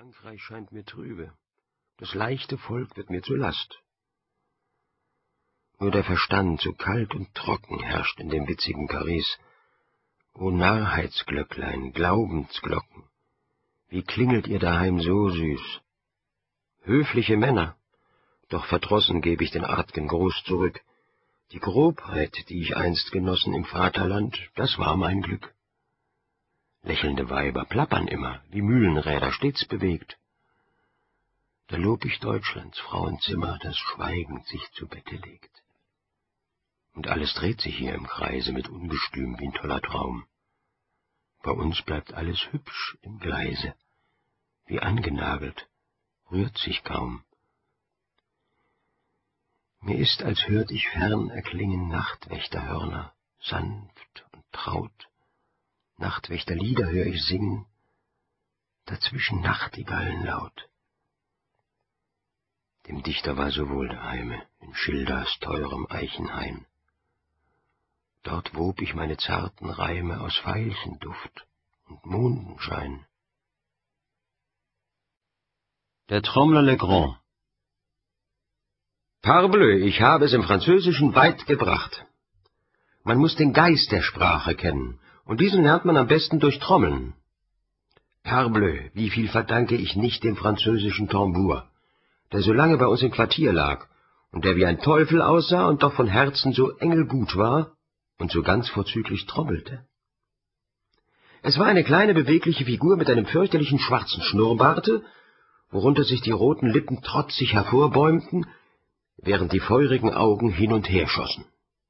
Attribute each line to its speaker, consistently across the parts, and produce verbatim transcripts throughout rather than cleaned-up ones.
Speaker 1: Frankreich scheint mir trübe. Das leichte Volk wird mir zur Last. Nur der Verstand, so kalt und trocken, herrscht in dem witzigen Paris. O Narrheitsglöcklein, Glaubensglocken, wie klingelt ihr daheim so süß? Höfliche Männer, doch verdrossen geb ich den artgen Gruß zurück. Die Grobheit, die ich einst genossen im Vaterland, das war mein Glück. Lächelnde Weiber plappern immer, wie Mühlenräder stets bewegt. Da lob ich Deutschlands Frauenzimmer, das schweigend sich zu Bette legt. Und alles dreht sich hier im Kreise mit Ungestüm wie ein toller Traum. Bei uns bleibt alles hübsch im Gleise, wie angenagelt, rührt sich kaum. Mir ist, als hört ich fern erklingen Nachtwächterhörner, sanft und traut. Nachtwächterlieder hör ich singen, dazwischen Nachtigallen laut. Dem Dichter war so wohl daheime, in Schilders teurem Eichenhain. Dort wob ich meine zarten Reime aus Veilchenduft und Mondenschein. Der Trommler Le Grand. Parbleu, ich habe es im Französischen weit gebracht. Man muss den Geist der Sprache kennen, und diesen lernt man am besten durch Trommeln. Parbleu, wie viel verdanke ich nicht dem französischen Tambour, der so lange bei uns im Quartier lag und der wie ein Teufel aussah und doch von Herzen so engelgut war und so ganz vorzüglich trommelte. Es war eine kleine bewegliche Figur mit einem fürchterlichen schwarzen Schnurrbarte, worunter sich die roten Lippen trotzig hervorbäumten, während die feurigen Augen hin und her schossen.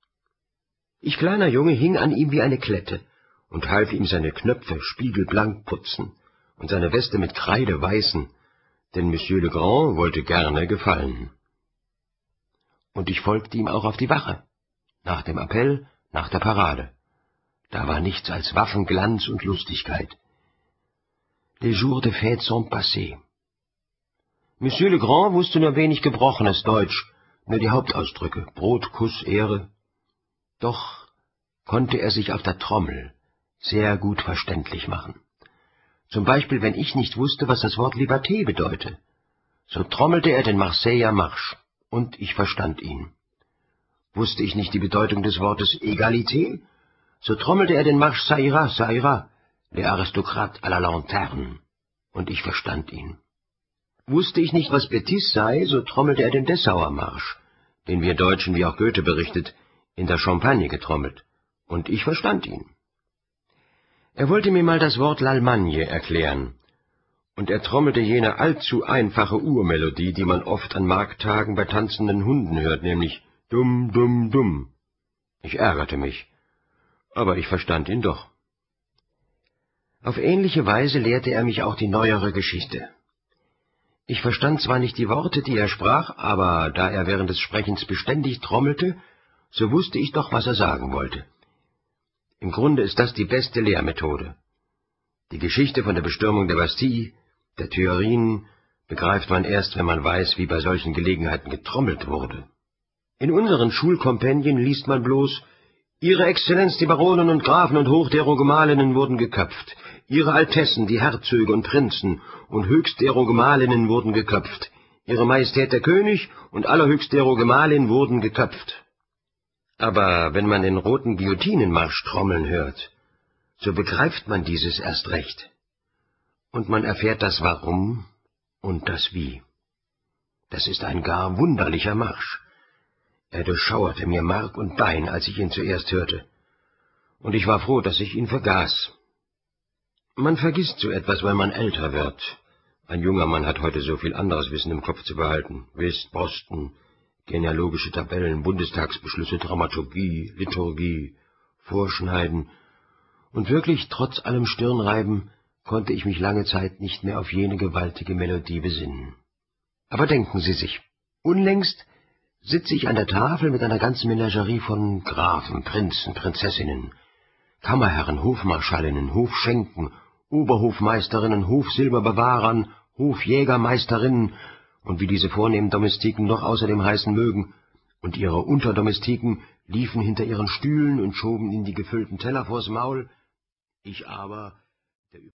Speaker 1: Ich kleiner Junge hing an ihm wie eine Klette und half ihm seine Knöpfe spiegelblank putzen und seine Weste mit Kreide weißen, denn Monsieur Le Grand wollte gerne gefallen. Und ich folgte ihm auch auf die Wache, nach dem Appell, nach der Parade. Da war nichts als Waffenglanz und Lustigkeit. Les jours de fête sont passés. Monsieur Le Grand wusste nur wenig gebrochenes Deutsch, nur die Hauptausdrücke, Brot, Kuss, Ehre. Doch konnte er sich auf der Trommel sehr gut verständlich machen. Zum Beispiel, wenn ich nicht wusste, was das Wort Liberté bedeute, so trommelte er den Marseiller Marsch, und ich verstand ihn. Wusste ich nicht die Bedeutung des Wortes Egalité, so trommelte er den Marsch Ça ira, ça ira, les aristocrates à la lanterne, und ich verstand ihn. Wusste ich nicht, was Bétis sei, so trommelte er den Dessauer Marsch, den wir Deutschen, wie auch Goethe berichtet, in der Champagne getrommelt, und ich verstand ihn. Er wollte mir mal das Wort l'Allemagne erklären, und er trommelte jene allzu einfache Urmelodie, die man oft an Markttagen bei tanzenden Hunden hört, nämlich dumm, dumm, dumm. Ich ärgerte mich, aber ich verstand ihn doch. Auf ähnliche Weise lehrte er mich auch die neuere Geschichte. Ich verstand zwar nicht die Worte, die er sprach, aber da er während des Sprechens beständig trommelte, so wusste ich doch, was er sagen wollte. Im Grunde ist das die beste Lehrmethode. Die Geschichte von der Bestürmung der Bastille, der Tuilerien, begreift man erst, wenn man weiß, wie bei solchen Gelegenheiten getrommelt wurde. In unseren Schulkompendien liest man bloß: Ihre Exzellenz, die Baronen und Grafen und Hochdero Gemahlinnen wurden geköpft, Ihre Altessen, die Herzöge und Prinzen und Höchstdero Gemahlinnen wurden geköpft, Ihre Majestät der König und Allerhöchstdero Gemahlin wurden geköpft. Aber wenn man den roten Guillotinenmarsch trommeln hört, so begreift man dieses erst recht. Und man erfährt das Warum und das Wie. Das ist ein gar wunderlicher Marsch. Er durchschauerte mir Mark und Bein, als ich ihn zuerst hörte, und ich war froh, dass ich ihn vergaß. Man vergisst so etwas, weil man älter wird. Ein junger Mann hat heute so viel anderes Wissen im Kopf zu behalten. Whist, Boston, genealogische Tabellen, Bundestagsbeschlüsse, Dramaturgie, Liturgie, Vorschneiden, und wirklich, trotz allem Stirnreiben, konnte ich mich lange Zeit nicht mehr auf jene gewaltige Melodie besinnen. Aber denken Sie sich, unlängst sitze ich an der Tafel mit einer ganzen Menagerie von Grafen, Prinzen, Prinzessinnen, Kammerherren, Hofmarschallinnen, Hofschenken, Oberhofmeisterinnen, Hofsilberbewahrern, Hofjägermeisterinnen, und wie diese vornehmen Domestiken noch außerdem heißen mögen, und ihre Unterdomestiken liefen hinter ihren Stühlen und schoben ihnen die gefüllten Teller vors Maul. Ich aber, der